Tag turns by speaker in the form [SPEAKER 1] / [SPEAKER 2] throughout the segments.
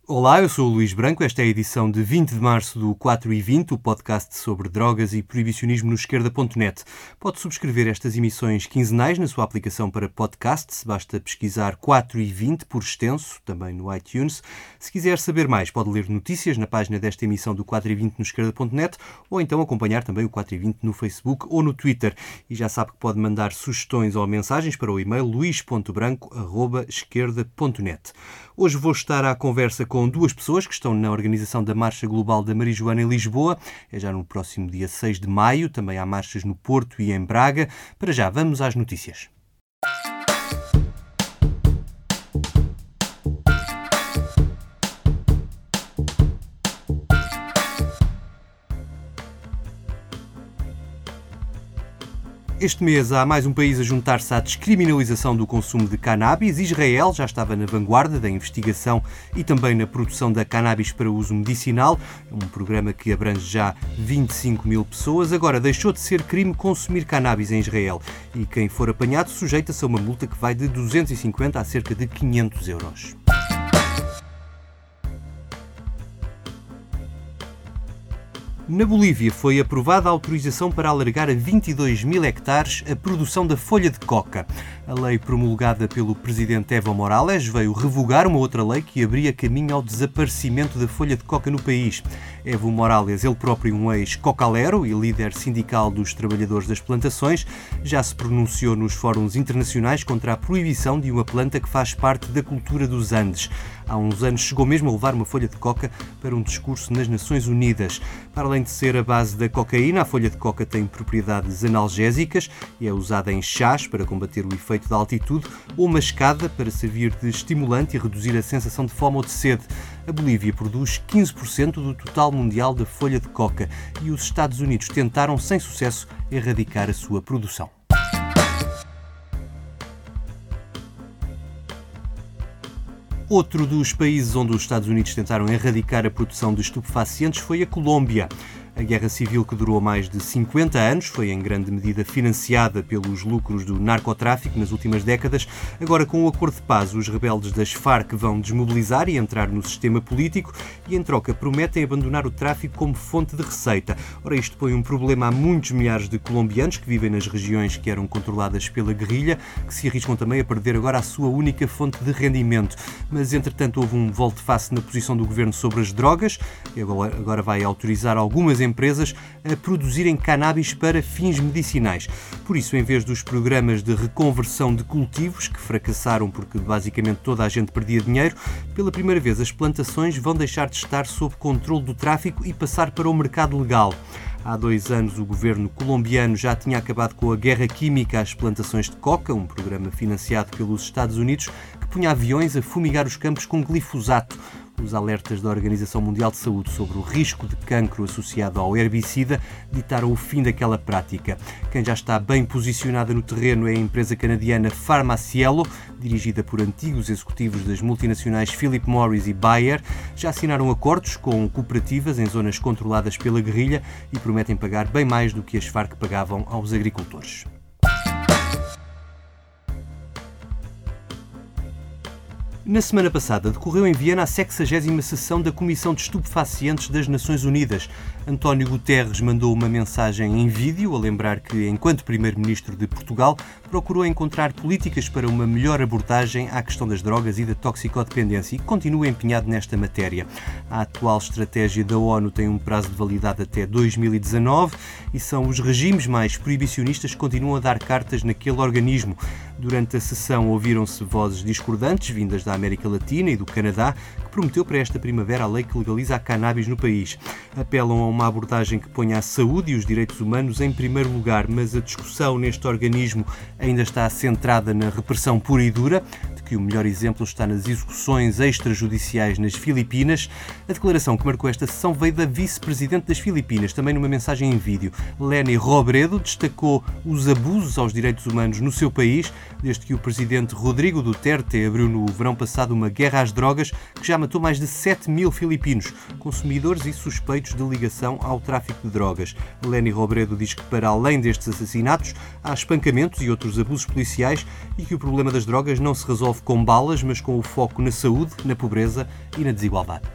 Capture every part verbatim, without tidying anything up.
[SPEAKER 1] Olá, eu sou o Luís Branco. Esta é a edição de vinte de março do quatro e vinte, o podcast sobre drogas e proibicionismo no esquerda ponto net. Pode subscrever estas emissões quinzenais na sua aplicação para podcasts. Basta pesquisar quatro e vinte por extenso, também no iTunes. Se quiser saber mais, pode ler notícias na página desta emissão do quatro e vinte no esquerda ponto net ou então acompanhar também o quatro e vinte no Facebook ou no Twitter. E já sabe que pode mandar sugestões ou mensagens para o e-mail luís ponto branco arroba esquerda ponto net. Hoje vou estar à conversa com duas pessoas que estão na organização da Marcha Global da Marijuana em Lisboa. É já no próximo dia seis de maio. Também há marchas no Porto e em Braga. Para já, vamos às notícias. Este mês há mais um país a juntar-se à descriminalização do consumo de cannabis. Israel já estava na vanguarda da investigação e também na produção da cannabis para uso medicinal, um programa que abrange já vinte e cinco mil pessoas. Agora deixou de ser crime consumir cannabis em Israel e quem for apanhado sujeita-se a uma multa que vai de duzentos e cinquenta a cerca de quinhentos euros. Na Bolívia foi aprovada a autorização para alargar a vinte e dois mil hectares a produção da folha de coca. A lei promulgada pelo presidente Evo Morales veio revogar uma outra lei que abria caminho ao desaparecimento da folha de coca no país. Evo Morales, ele próprio um ex-cocalero e líder sindical dos trabalhadores das plantações, já se pronunciou nos fóruns internacionais contra a proibição de uma planta que faz parte da cultura dos Andes. Há uns anos chegou mesmo a levar uma folha de coca para um discurso nas Nações Unidas. Para além de ser a base da cocaína, a folha de coca tem propriedades analgésicas e é usada em chás para combater o efeito da altitude ou mascada para servir de estimulante e reduzir a sensação de fome ou de sede. A Bolívia produz quinze por cento do total mundial da folha de coca e os Estados Unidos tentaram, sem sucesso, erradicar a sua produção. Outro dos países onde os Estados Unidos tentaram erradicar a produção de estupefacientes foi a Colômbia. A guerra civil, que durou mais de cinquenta anos, foi em grande medida financiada pelos lucros do narcotráfico nas últimas décadas. Agora, com o acordo de paz, os rebeldes das Farc vão desmobilizar e entrar no sistema político e, em troca, prometem abandonar o tráfico como fonte de receita. Ora, isto põe um problema a muitos milhares de colombianos que vivem nas regiões que eram controladas pela guerrilha, que se arriscam também a perder agora a sua única fonte de rendimento. Mas, entretanto, houve um volte-face na posição do governo sobre as drogas e agora vai autorizar algumas empresas a produzirem cannabis para fins medicinais. Por isso, em vez dos programas de reconversão de cultivos, que fracassaram porque basicamente toda a gente perdia dinheiro, pela primeira vez as plantações vão deixar de estar sob controle do tráfico e passar para o mercado legal. Há dois anos o governo colombiano já tinha acabado com a guerra química às plantações de coca, um programa financiado pelos Estados Unidos que punha aviões a fumigar os campos com glifosato. Os alertas da Organização Mundial de Saúde sobre o risco de cancro associado ao herbicida ditaram o fim daquela prática. Quem já está bem posicionada no terreno é a empresa canadiana Pharmacielo, dirigida por antigos executivos das multinacionais Philip Morris e Bayer. Já assinaram acordos com cooperativas em zonas controladas pela guerrilha e prometem pagar bem mais do que as Farc pagavam aos agricultores. Na semana passada decorreu em Viena a sexagésima sessão da Comissão de Estupefacientes das Nações Unidas. António Guterres mandou uma mensagem em vídeo a lembrar que, enquanto Primeiro-Ministro de Portugal, procurou encontrar políticas para uma melhor abordagem à questão das drogas e da toxicodependência e continua empenhado nesta matéria. A atual estratégia da ONU tem um prazo de validade até dois mil e dezanove e são os regimes mais proibicionistas que continuam a dar cartas naquele organismo. Durante a sessão ouviram-se vozes discordantes vindas da América Latina e do Canadá, que prometeu para esta primavera a lei que legaliza a cannabis no país. Apelam a uma abordagem que ponha a saúde e os direitos humanos em primeiro lugar, mas a discussão neste organismo ainda está centrada na repressão pura e dura, de que o melhor exemplo está nas execuções extrajudiciais nas Filipinas. A declaração que marcou esta sessão veio da vice-presidente das Filipinas, também numa mensagem em vídeo. Leni Robredo destacou os abusos aos direitos humanos no seu país, desde que o presidente Rodrigo Duterte abriu no verão passado uma guerra às drogas que já matou mais de sete mil filipinos, consumidores e suspeitos de ligação ao tráfico de drogas. Leni Robredo diz que, para além destes assassinatos, há espancamentos e outros abusos policiais e que o problema das drogas não se resolve resolve com balas, mas com o foco na saúde, na pobreza e na desigualdade.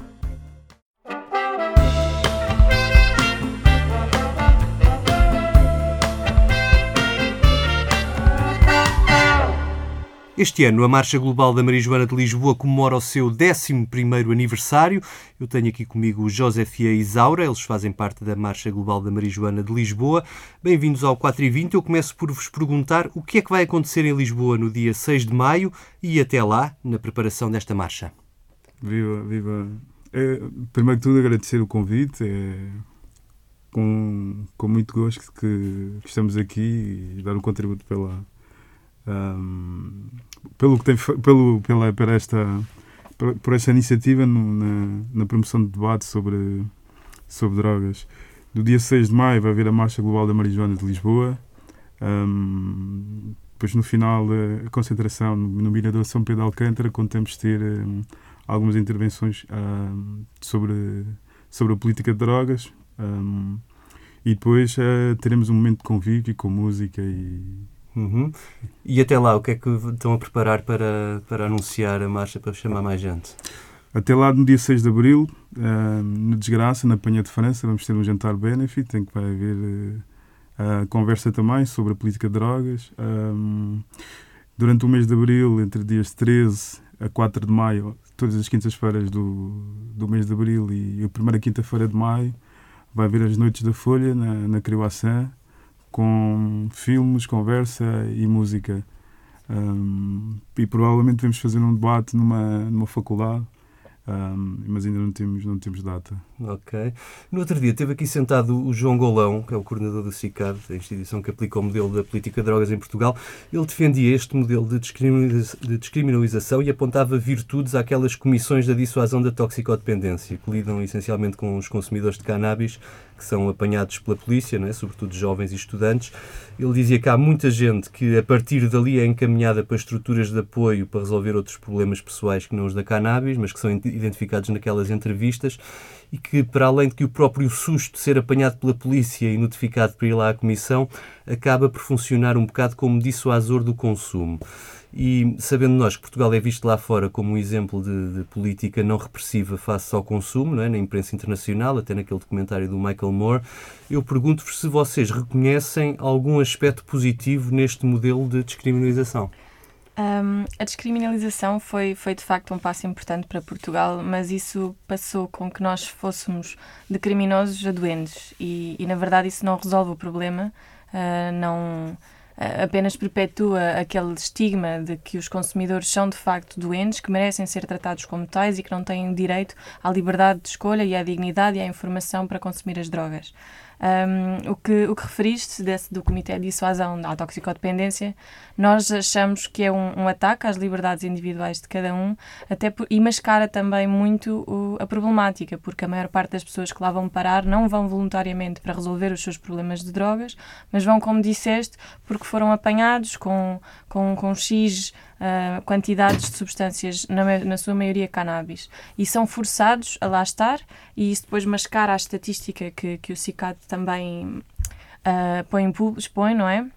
[SPEAKER 1] Este ano, a Marcha Global da Marijuana de Lisboa comemora o seu décimo primeiro aniversário. Eu tenho aqui comigo o Joseph e a Isaura, eles fazem parte da Marcha Global da Marijuana de Lisboa. Bem-vindos ao quatro e vinte. Eu começo por vos perguntar o que é que vai acontecer em Lisboa no dia seis de maio e até lá, na preparação desta marcha.
[SPEAKER 2] Viva, viva. É, primeiro de tudo, agradecer o convite. É, com, com muito gosto que, que estamos aqui e dar um contributo pela... Um, pelo que tem pelo pela por esta por, por esta iniciativa no, na, na promoção de debate sobre sobre drogas. Do dia seis de maio vai haver a Marcha Global da Marijuana de Lisboa. Um, depois no final a concentração no Mirador São Pedro de Alcântara, contamos ter um, algumas intervenções um, sobre sobre a política de drogas, um, e depois uh, teremos um momento de convívio com música e
[SPEAKER 1] Uhum. E até lá, o que é que estão a preparar para, para anunciar a marcha, para chamar mais gente?
[SPEAKER 2] Até lá, no dia seis de abril, uh, na Desgraça, na Penha de França, vamos ter um jantar benefit, em que vai haver uh, uh, conversa também sobre a política de drogas. Um, durante o mês de abril, entre dias treze a quatro de maio, todas as quintas-feiras do, do mês de abril e a primeira quinta-feira de maio, vai haver as Noites da Folha, na, na Crioaçã, com filmes, conversa e música. Um, e provavelmente vamos fazer um debate numa, numa faculdade, um, mas ainda não temos, não temos data.
[SPEAKER 1] Ok. No outro dia esteve aqui sentado o João Golão, que é o coordenador do CICAD, a instituição que aplica o modelo da política de drogas em Portugal. Ele defendia este modelo de, descriminaliza- de descriminalização e apontava virtudes àquelas comissões da dissuasão da toxicodependência, que lidam essencialmente com os consumidores de cannabis, que são apanhados pela polícia, não é? Sobretudo jovens e estudantes. Ele dizia que há muita gente que, a partir dali, é encaminhada para estruturas de apoio para resolver outros problemas pessoais que não os da cannabis, mas que são identificados naquelas entrevistas, e que, para além de que o próprio susto de ser apanhado pela polícia e notificado para ir lá à comissão, acaba por funcionar um bocado como dissuasor do consumo. E sabendo nós que Portugal é visto lá fora como um exemplo de, de política não repressiva face ao consumo, não é? Na imprensa internacional, até naquele documentário do Michael Moore, eu pergunto-vos se vocês reconhecem algum aspecto positivo neste modelo de descriminalização.
[SPEAKER 3] Um, a descriminalização foi, foi de facto um passo importante para Portugal, mas isso passou com que nós fôssemos de criminosos a doentes e, e na verdade isso não resolve o problema, uh, não... apenas perpetua aquele estigma de que os consumidores são de facto doentes, que merecem ser tratados como tais e que não têm direito à liberdade de escolha e à dignidade e à informação para consumir as drogas. Um, o, que, o que referiste desse, do Comitê de Dissuasão da Toxicodependência, nós achamos que é um, um ataque às liberdades individuais de cada um, até por, e mascara também muito o, a problemática, porque a maior parte das pessoas que lá vão parar não vão voluntariamente para resolver os seus problemas de drogas, mas vão, como disseste, porque foram apanhados com, com, com X Uh, quantidades de substâncias, na, na sua maioria cannabis, e são forçados a lá estar, e isso depois mascara a estatística que, que o CICAD também uh, põe, expõe, não é?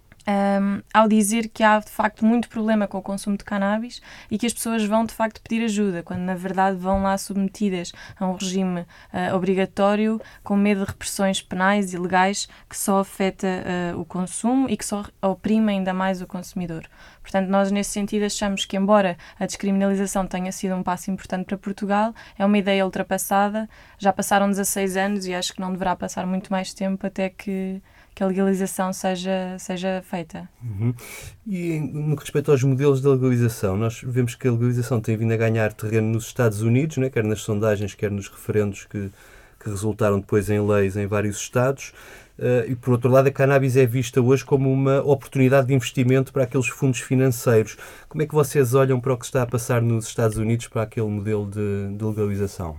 [SPEAKER 3] Um, ao dizer que há de facto muito problema com o consumo de cannabis e que as pessoas vão de facto pedir ajuda, quando na verdade vão lá submetidas a um regime uh, obrigatório, com medo de repressões penais e legais que só afeta uh, o consumo e que só oprime ainda mais o consumidor. Portanto, nós nesse sentido achamos que, embora a descriminalização tenha sido um passo importante para Portugal, é uma ideia ultrapassada, já passaram dezasseis anos e acho que não deverá passar muito mais tempo até que que a legalização seja, seja feita.
[SPEAKER 1] Uhum. E no que respeita aos modelos de legalização, nós vemos que a legalização tem vindo a ganhar terreno nos Estados Unidos, né? Quer nas sondagens, quer nos referendos que, que resultaram depois em leis em vários estados. Uh, e, por outro lado, a cannabis é vista hoje como uma oportunidade de investimento para aqueles fundos financeiros. Como é que vocês olham para o que está a passar nos Estados Unidos para aquele modelo de, de legalização?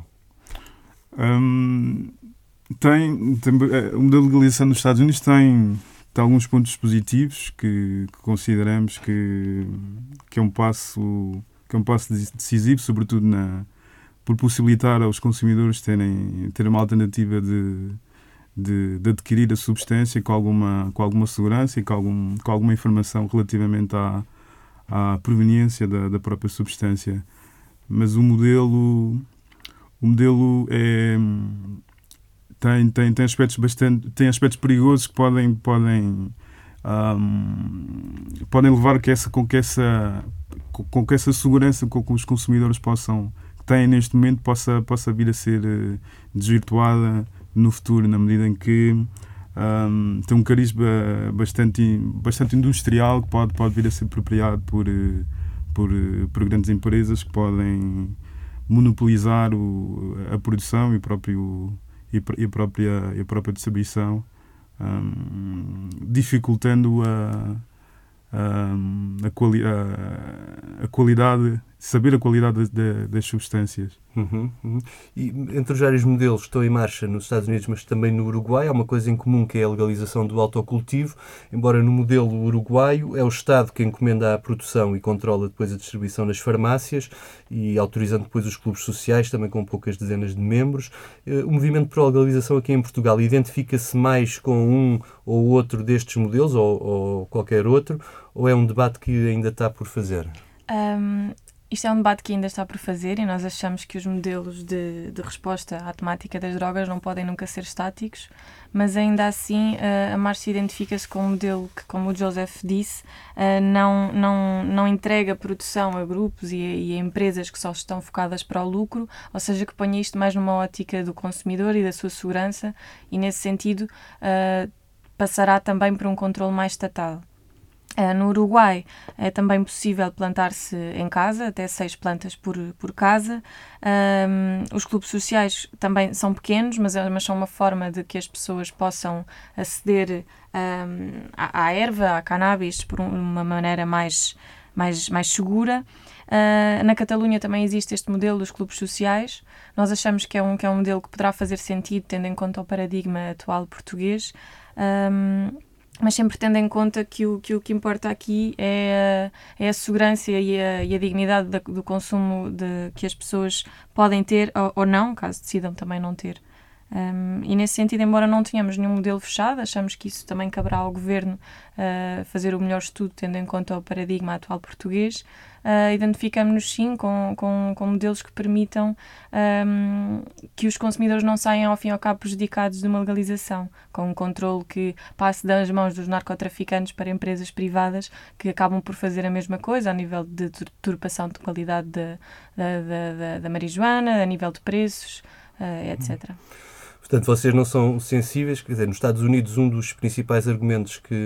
[SPEAKER 2] Hum... Tem, tem, o modelo de legalização nos Estados Unidos tem, tem alguns pontos positivos que, que consideramos que, que, é um passo, que é um passo decisivo, sobretudo na, por possibilitar aos consumidores terem, terem uma alternativa de, de, de adquirir a substância com alguma, com alguma segurança e com, algum, com alguma informação relativamente à, à proveniência da, da própria substância. Mas o modelo, o modelo é, tem, tem, tem, aspectos bastante, tem aspectos perigosos que podem, podem, um, podem levar que essa, com, que essa, com que essa segurança com que os consumidores possam, que têm neste momento possa, possa vir a ser uh, desvirtuada no futuro, na medida em que um, tem um carisma bastante, bastante industrial que pode, pode vir a ser apropriado por, por, por grandes empresas que podem monopolizar o, a produção e, próprio, e, a própria, e a própria distribuição, um, dificultando a, a, a, quali, a, a qualidade, saber a qualidade de, das substâncias.
[SPEAKER 1] Uhum, uhum. E entre os vários modelos que estão em marcha nos Estados Unidos, mas também no Uruguai, há uma coisa em comum, que é a legalização do autocultivo, embora no modelo uruguaio é o Estado que encomenda a produção e controla depois a distribuição nas farmácias e autorizando depois os clubes sociais, também com poucas dezenas de membros. O movimento para a legalização aqui em Portugal identifica-se mais com um ou outro destes modelos, ou, ou qualquer outro, ou é um debate que ainda está por fazer?
[SPEAKER 3] Um... Isto é um debate que ainda está por fazer e nós achamos que os modelos de, de resposta à temática das drogas não podem nunca ser estáticos, mas ainda assim a Marcha identifica-se com um modelo que, como o Joseph disse, não, não, não entrega produção a grupos e a, e a empresas que só estão focadas para o lucro, ou seja, que ponha isto mais numa ótica do consumidor e da sua segurança e, nesse sentido, passará também por um controle mais estatal. Uh, no Uruguai é também possível plantar-se em casa, até seis plantas por, por casa. Um, os clubes sociais também são pequenos, mas, mas são uma forma de que as pessoas possam aceder um, à, à erva, à cannabis, por uma maneira mais, mais, mais segura. Uh, na Catalunha também existe este modelo dos clubes sociais. Nós achamos que é um, que é um modelo que poderá fazer sentido, tendo em conta o paradigma atual português. Um, mas sempre tendo em conta que o que, o que importa aqui é a, é a segurança e a, e a dignidade da, do consumo de, que as pessoas podem ter ou, ou não, caso decidam também não ter. Um, e nesse sentido, embora não tenhamos nenhum modelo fechado, achamos que isso também caberá ao Governo uh, fazer o melhor estudo, tendo em conta o paradigma atual português. Uh, identificamos-nos sim com, com, com modelos que permitam um, que os consumidores não saiam ao fim e ao cabo prejudicados de uma legalização, com um controle que passe das mãos dos narcotraficantes para empresas privadas que acabam por fazer a mesma coisa a nível de deturpação de qualidade da, da, da, da marijuana, a nível de preços, uh, etcétera.
[SPEAKER 1] Portanto, vocês não são sensíveis, quer dizer, nos Estados Unidos um dos principais argumentos que,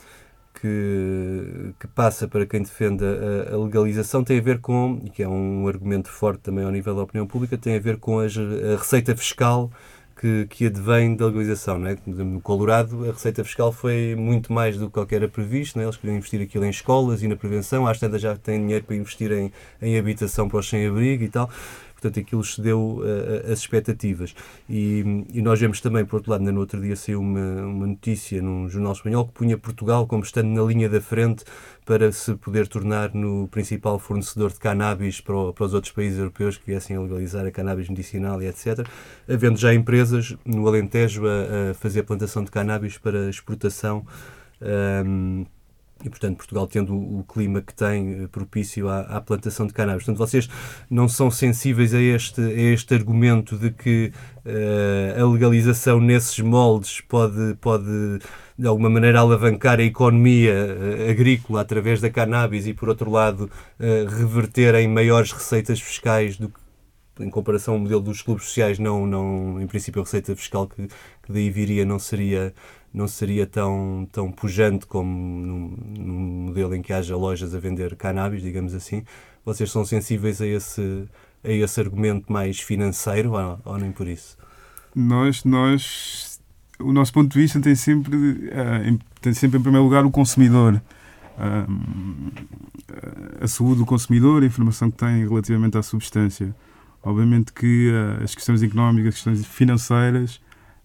[SPEAKER 1] que, que passa para quem defende a, a legalização tem a ver com, e que é um argumento forte também ao nível da opinião pública, tem a ver com a, a receita fiscal que, que advém da legalização, não é? No Colorado a receita fiscal foi muito mais do que qualquer era previsto, não é? Eles queriam investir aquilo em escolas e na prevenção, às tantas já têm dinheiro para investir em, em habitação para os sem-abrigo e tal. Portanto, aquilo excedeu uh, as expectativas. E, e nós vemos também, por outro lado, no outro dia saiu uma, uma notícia num jornal espanhol que punha Portugal como estando na linha da frente para se poder tornar no principal fornecedor de cannabis para, o, para os outros países europeus que viessem a legalizar a cannabis medicinal e etcétera. Havendo já empresas no Alentejo a, a fazer a plantação de cannabis para exportação. Um, E, portanto, Portugal tendo o clima que tem propício à, à plantação de cannabis. Portanto, vocês não são sensíveis a este, a este argumento de que uh, a legalização nesses moldes pode, pode, de alguma maneira, alavancar a economia uh, agrícola através da cannabis e, por outro lado, uh, reverter em maiores receitas fiscais do que, em comparação ao modelo dos clubes sociais, não, não, em princípio, a receita fiscal que, que daí viria não seria... não seria tão, tão pujante como num, num modelo em que haja lojas a vender cannabis, digamos assim. Vocês são sensíveis a esse, a esse argumento mais financeiro ou, ou nem por isso?
[SPEAKER 2] Nós, nós, o nosso ponto de vista tem sempre, uh, tem sempre em primeiro lugar o consumidor. Uh, a saúde do consumidor, a informação que tem relativamente à substância. Obviamente que uh, as questões económicas, as questões financeiras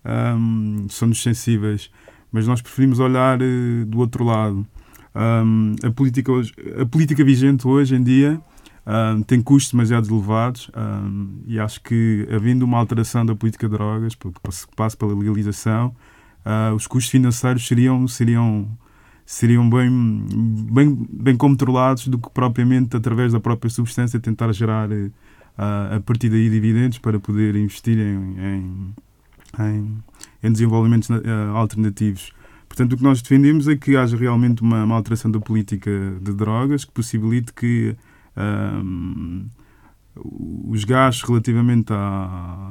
[SPEAKER 2] Um, são-nos sensíveis, mas nós preferimos olhar uh, do outro lado. Um, a, política hoje, a política vigente hoje em dia um, tem custos demasiado elevados um, e acho que, havendo uma alteração da política de drogas, porque passa pela legalização, uh, os custos financeiros seriam, seriam, seriam bem, bem, bem controlados do que propriamente através da própria substância tentar gerar uh, a partir daí dividendos para poder investir em, em, em, em desenvolvimentos uh, alternativos. Portanto, o que nós defendemos é que haja realmente uma, uma alteração da política de drogas que possibilite que um, os gastos relativamente a,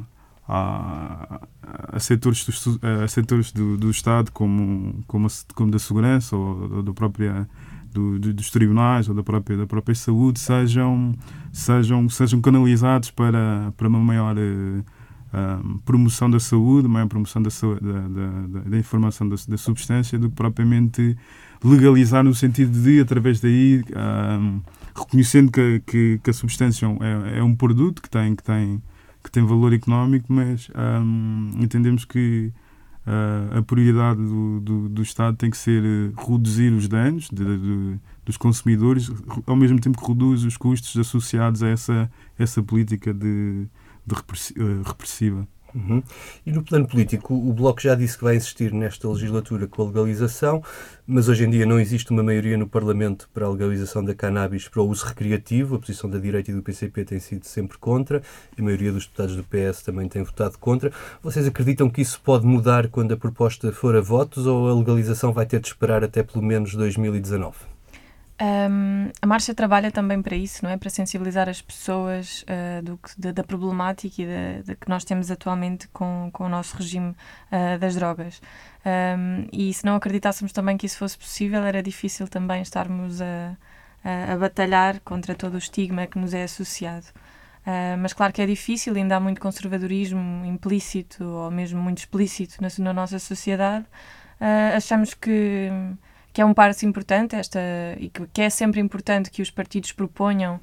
[SPEAKER 2] a, a setores, do, a setores do, do Estado como, como, como da segurança ou do própria, do, dos tribunais ou da própria, da própria saúde sejam, sejam, sejam canalizados para, para uma maior Uh, promoção da saúde, maior promoção da, da, da, da informação da, da substância do que propriamente legalizar no sentido de, através daí, uh, reconhecendo que, que, que a substância é, é um produto que tem, que, tem, que tem valor económico, mas um, entendemos que uh, a prioridade do, do, do Estado tem que ser reduzir os danos de, de, dos consumidores, ao mesmo tempo que reduz os custos associados a essa, essa política de de repressiva.
[SPEAKER 1] Uhum. E no plano político, o Bloco já disse que vai insistir nesta legislatura com a legalização, mas hoje em dia não existe uma maioria no Parlamento para a legalização da cannabis para o uso recreativo. A posição da direita e do P C P tem sido sempre contra, a maioria dos deputados do P S também tem votado contra. Vocês acreditam que isso pode mudar quando a proposta for a votos, ou a legalização vai ter de esperar até pelo menos dois mil e dezanove?
[SPEAKER 3] Um, a Marcha trabalha também para isso, não é? Para sensibilizar as pessoas uh, do que, da, da problemática e da, da que nós temos atualmente com, com o nosso regime uh, das drogas. Um, e se não acreditássemos também que isso fosse possível, era difícil também estarmos a, a, a batalhar contra todo o estigma que nos é associado. Uh, mas claro que é difícil, ainda há muito conservadorismo implícito ou mesmo muito explícito na, na nossa sociedade. Uh, achamos que que é um passo importante esta, e que, que é sempre importante que os partidos proponham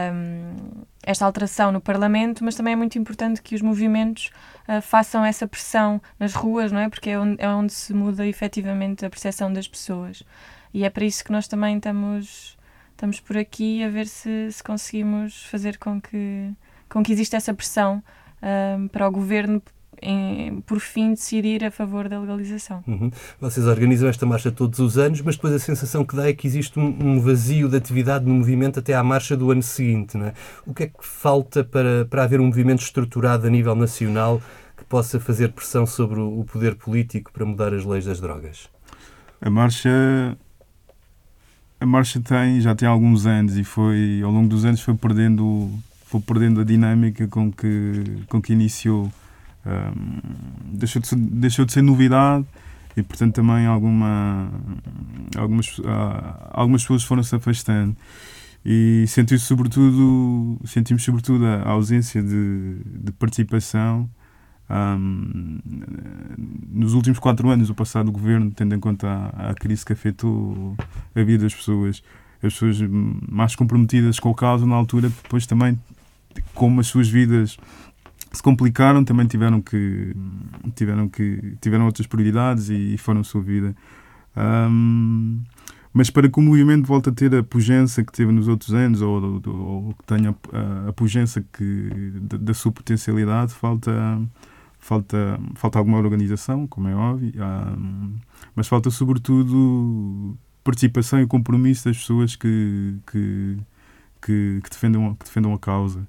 [SPEAKER 3] um, esta alteração no Parlamento, mas também é muito importante que os movimentos uh, façam essa pressão nas ruas, não é? Porque é onde, é onde se muda efetivamente a percepção das pessoas. E é para isso que nós também estamos, estamos por aqui a ver se, se conseguimos fazer com que, com que exista essa pressão um, para o Governo Em, por fim, decidir a favor da legalização.
[SPEAKER 1] Uhum. Vocês organizam esta marcha todos os anos, mas depois a sensação que dá é que existe um, um vazio de atividade no movimento até à marcha do ano seguinte, não é? O que é que falta para, para haver um movimento estruturado a nível nacional que possa fazer pressão sobre o, o poder político para mudar as leis das drogas?
[SPEAKER 2] A marcha... A marcha tem, já tem alguns anos e foi, ao longo dos anos foi perdendo, foi perdendo a dinâmica com que, com que iniciou. Um, deixou, de ser, deixou de ser novidade e, portanto, também alguma, algumas, uh, algumas pessoas foram-se afastando e sentiu-se sobretudo, sentimos sobretudo a ausência de, de participação um, nos últimos quatro anos do passado governo, tendo em conta a, a crise que afetou a vida das pessoas, as pessoas mais comprometidas com a causa na altura, depois também, como as suas vidas se complicaram, também tiveram que tiveram que tiveram outras prioridades e, e foram a sua vida. Um, mas para que o movimento volte a ter a pujança que teve nos outros anos, ou, ou, ou que tenha a, a pujança que, da, da sua potencialidade, falta, falta, falta alguma organização, como é óbvio, um, mas falta sobretudo participação e compromisso das pessoas que, que, que, que, defendam, que defendam a causa.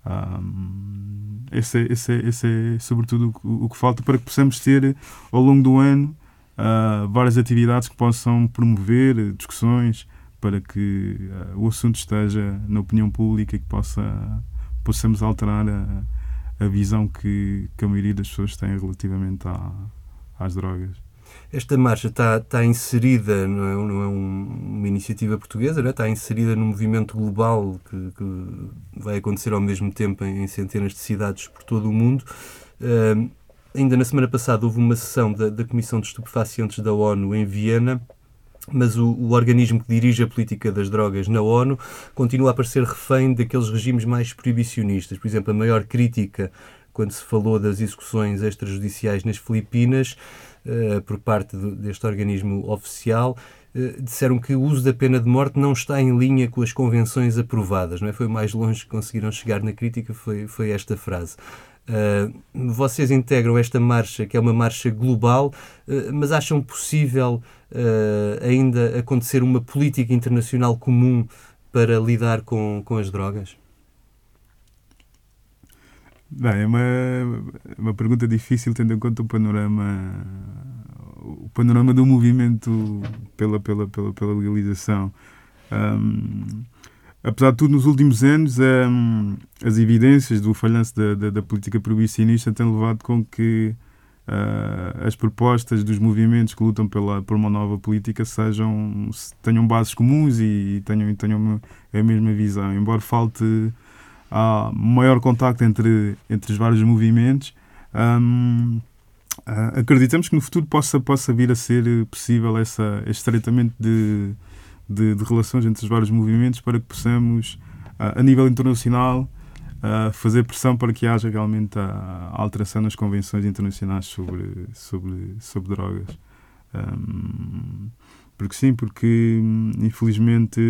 [SPEAKER 2] Um, esse, é, esse, é, esse é sobretudo o, o que falta para que possamos ter ao longo do ano uh, várias atividades que possam promover discussões para que uh, o assunto esteja na opinião pública e que possa, possamos alterar a, a visão que, que a maioria das pessoas tem relativamente à, às drogas.
[SPEAKER 1] Esta marcha está, está inserida, não é, não é um, uma iniciativa portuguesa, não é? Está inserida num movimento global que, que vai acontecer ao mesmo tempo em, em centenas de cidades por todo o mundo. Uh, ainda na semana passada houve uma sessão da, da Comissão de Estupefacientes da ONU em Viena, mas o, o organismo que dirige a política das drogas na ONU continua a parecer refém daqueles regimes mais proibicionistas. Por exemplo, a maior crítica quando se falou das execuções extrajudiciais nas Filipinas, uh, por parte do, deste organismo oficial, uh, disseram que o uso da pena de morte não está em linha com as convenções aprovadas. Não é? Foi o mais longe que conseguiram chegar na crítica, foi, foi esta frase. Uh, vocês integram esta marcha, que é uma marcha global, uh, mas acham possível uh, ainda acontecer uma política internacional comum para lidar com, com as drogas?
[SPEAKER 2] Bem, é uma, uma pergunta difícil, tendo em conta o panorama, o panorama do movimento pela, pela, pela, pela legalização. Um, apesar de tudo, nos últimos anos, um, as evidências do falhanço da, da, da política proibicionista têm levado com que uh, as propostas dos movimentos que lutam pela, por uma nova política sejam, tenham bases comuns e tenham, tenham a mesma visão. Embora falte há maior contacto entre, entre os vários movimentos, um, uh, acreditamos que no futuro possa, possa vir a ser possível essa, este estreitamento de, de, de relações entre os vários movimentos para que possamos, uh, a nível internacional, uh, fazer pressão para que haja realmente a, a alteração nas convenções internacionais sobre, sobre, sobre drogas. Um, porque sim, porque infelizmente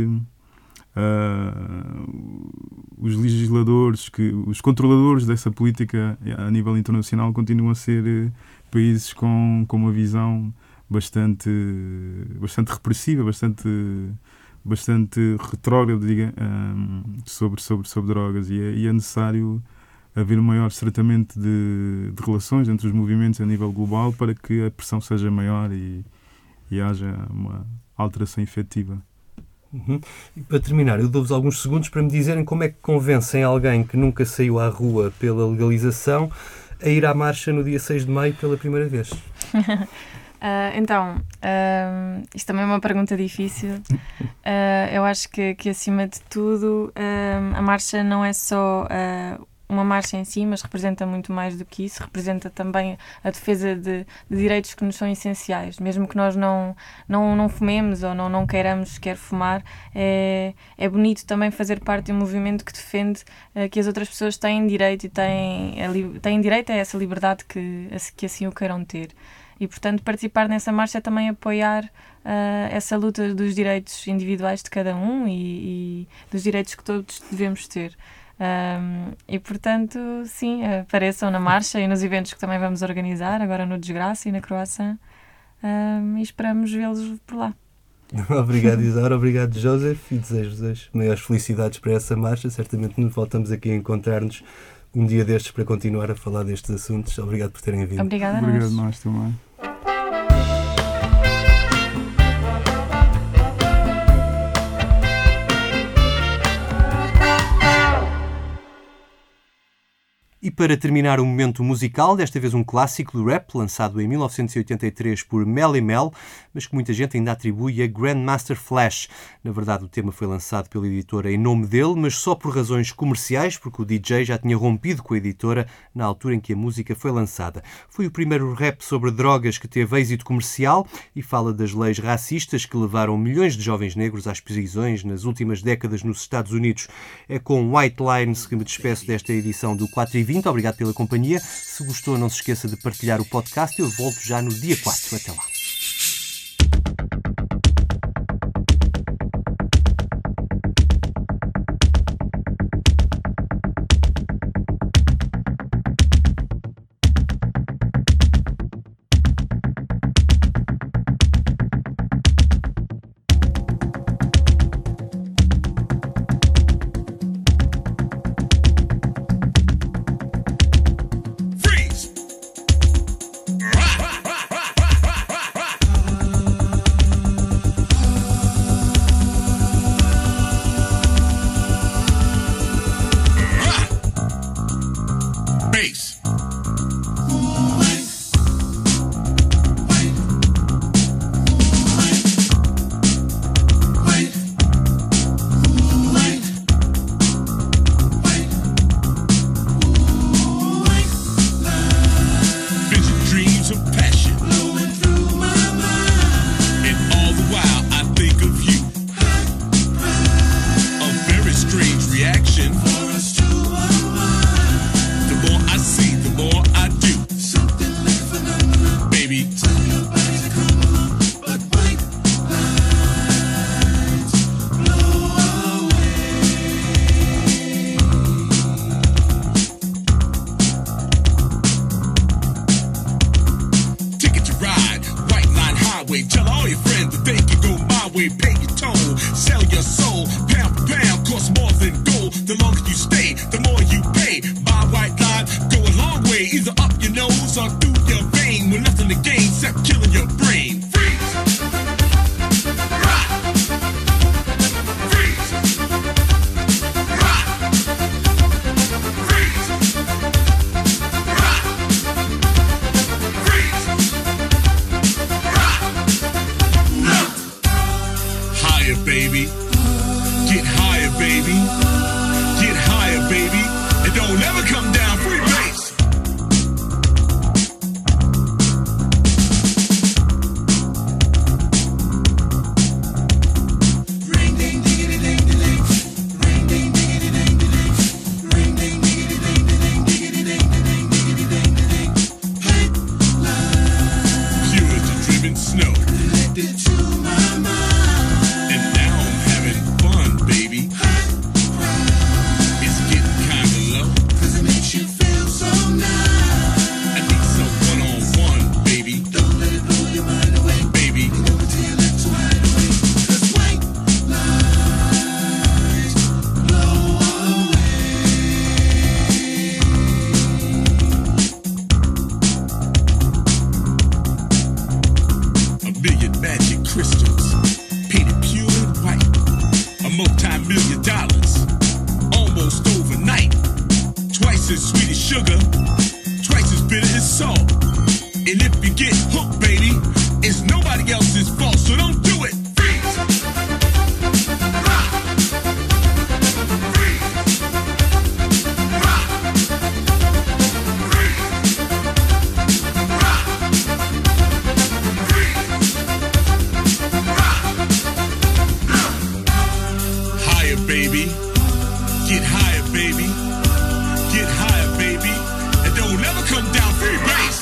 [SPEAKER 2] Uh, os legisladores, que, os controladores dessa política a nível internacional continuam a ser uh, países com, com uma visão bastante, bastante repressiva, bastante, bastante retrógrada, diga, um, sobre, sobre, sobre drogas, e é, e é necessário haver um maior estreitamento de, de relações entre os movimentos a nível global para que a pressão seja maior e, e haja uma alteração efetiva.
[SPEAKER 1] Uhum. E para terminar, eu dou-vos alguns segundos para me dizerem como é que convencem alguém que nunca saiu à rua pela legalização a ir à marcha no dia seis de maio pela primeira vez.
[SPEAKER 3] uh, então, uh, isto também é uma pergunta difícil. Uh, eu acho que, que acima de tudo, uh, a marcha não é só uh, uma marcha em si, mas representa muito mais do que isso. Representa também a defesa de, de direitos que nos são essenciais. Mesmo que nós não, não, não fumemos ou não, não queiramos sequer fumar, é, é bonito também fazer parte de um movimento que defende uh, que as outras pessoas têm direito e têm, a li- têm direito a essa liberdade que, que assim o queiram ter. E, portanto, participar nessa marcha é também apoiar uh, essa luta dos direitos individuais de cada um e, e dos direitos que todos devemos ter. Um, e portanto, sim, apareçam na marcha e nos eventos que também vamos organizar, agora no Desgraça e na Croácia, um, e esperamos vê-los por lá.
[SPEAKER 1] Obrigado, Isaura, obrigado, Joseph, e desejo-vos as maiores felicidades para essa marcha. Certamente nos voltamos aqui a encontrar-nos um dia destes para continuar a falar destes assuntos. Obrigado por terem vindo.
[SPEAKER 3] Obrigada a nós.
[SPEAKER 2] Obrigado nós também.
[SPEAKER 1] E para terminar o momento musical, desta vez um clássico do rap, lançado em mil novecentos e oitenta e três por Melle Mel, mas que muita gente ainda atribui a Grandmaster Flash. Na verdade, o tema foi lançado pela editora em nome dele, mas só por razões comerciais, porque o D J já tinha rompido com a editora na altura em que a música foi lançada. Foi o primeiro rap sobre drogas que teve êxito comercial e fala das leis racistas que levaram milhões de jovens negros às prisões nas últimas décadas nos Estados Unidos. É com White Lines que me despeço desta edição do quatro e vinte. Obrigado pela companhia. Se gostou, não se esqueça de partilhar o podcast. Eu volto já no dia quatro. Até lá.
[SPEAKER 4] highway. Tell all your friends that they can go my way. Pay your toll, sell your soul. Pound for pound costs more than gold. The longer you stay, the more you pay. Buy white line, go a long way. Either up your nose or through your vein. With nothing to gain except killing your brain. Freeze! Rock! Freeze! Rock! Freeze! Rock! Freeze! Rock! Rock! Higher, baby. Get higher, baby. Get higher, baby. And don't ever come down. Free base. Ring ding diggity ding ding. Ring ding diggity ding ding. Ring ding diggity ding ding diggity ding ding diggity ding ding. Headline. Pure as the driven snow. Connected to my mind. And now I'm having fun, baby. It's getting kinda low. Cause it makes you feel so nice. I need some one-on-one, baby. Don't let it blow your mind away, baby. Lean over till your lips wide away. Cause white lies blow away. A million magic crystals, painted pure and white. A multi-million dollars, almost overnight. Twice as sweet as sugar, twice as bitter as salt. And if you get hooked, baby, it's nobody else's fault, so don't do it. Freeze! Rock! Freeze! Rock! Freeze! Rock! Freeze! Rock! Higher, baby. Get higher, baby. Get higher, baby. And don't ever come down. Free base.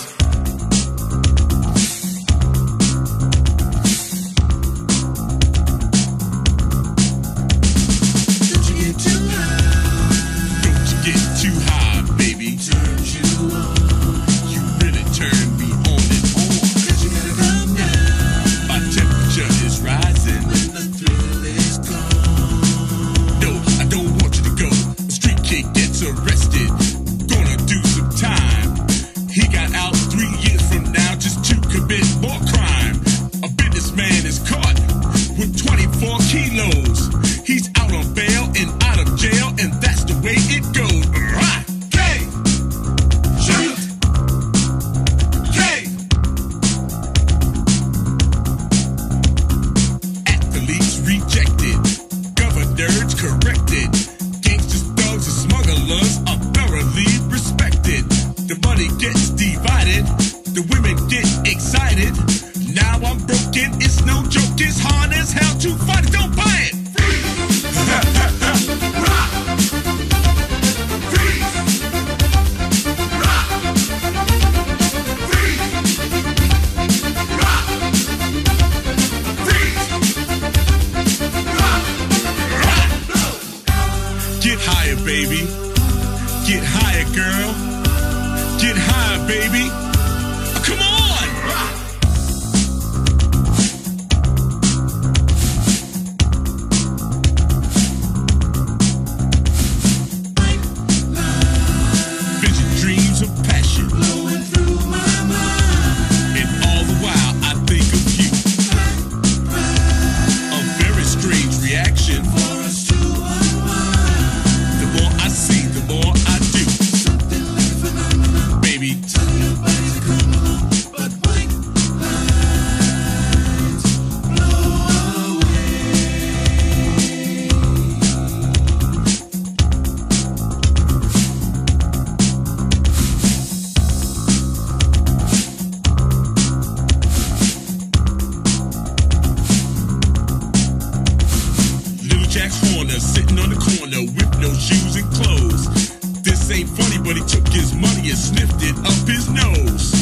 [SPEAKER 4] Don't you get too high. Don't you get too high, baby. Turns you on. You really turn me on and on. Cause you gotta come down. My temperature is rising. When the thrill is gone. No, I don't want you to go. A street kid gets arrested. Gonna do some time. He got out three years from now just to commit more crime. A businessman is caught with twenty-four kilos. He's out on bail and out of jail, and that's the way it goes. Right. K. Shoot. K. Athletes rejected. Governors corrected. Gangsters, thugs, and smugglers are thoroughly respected. The money gets divided. The women get excited. Now I'm broken. It's no joke. It's hard as hell to fight it. Don't buy it. Freeze! Rock! Freeze! Rock! Freeze! Rock! Freeze! Rock! Rock! Get higher, baby. Get higher, girl. Get higher, baby. Come on! Vision dreams of passion blowing through my mind. And all the while I think of you. A very strange reaction for us to unwind. The more I see, the more I do. Something like a phenomenon, baby. Tell your body to come along, but white lines blow away. Little Jack Horner sitting on the corner with no shoes and clothes. This ain't funny, but he took his money and sniffed it up his nose.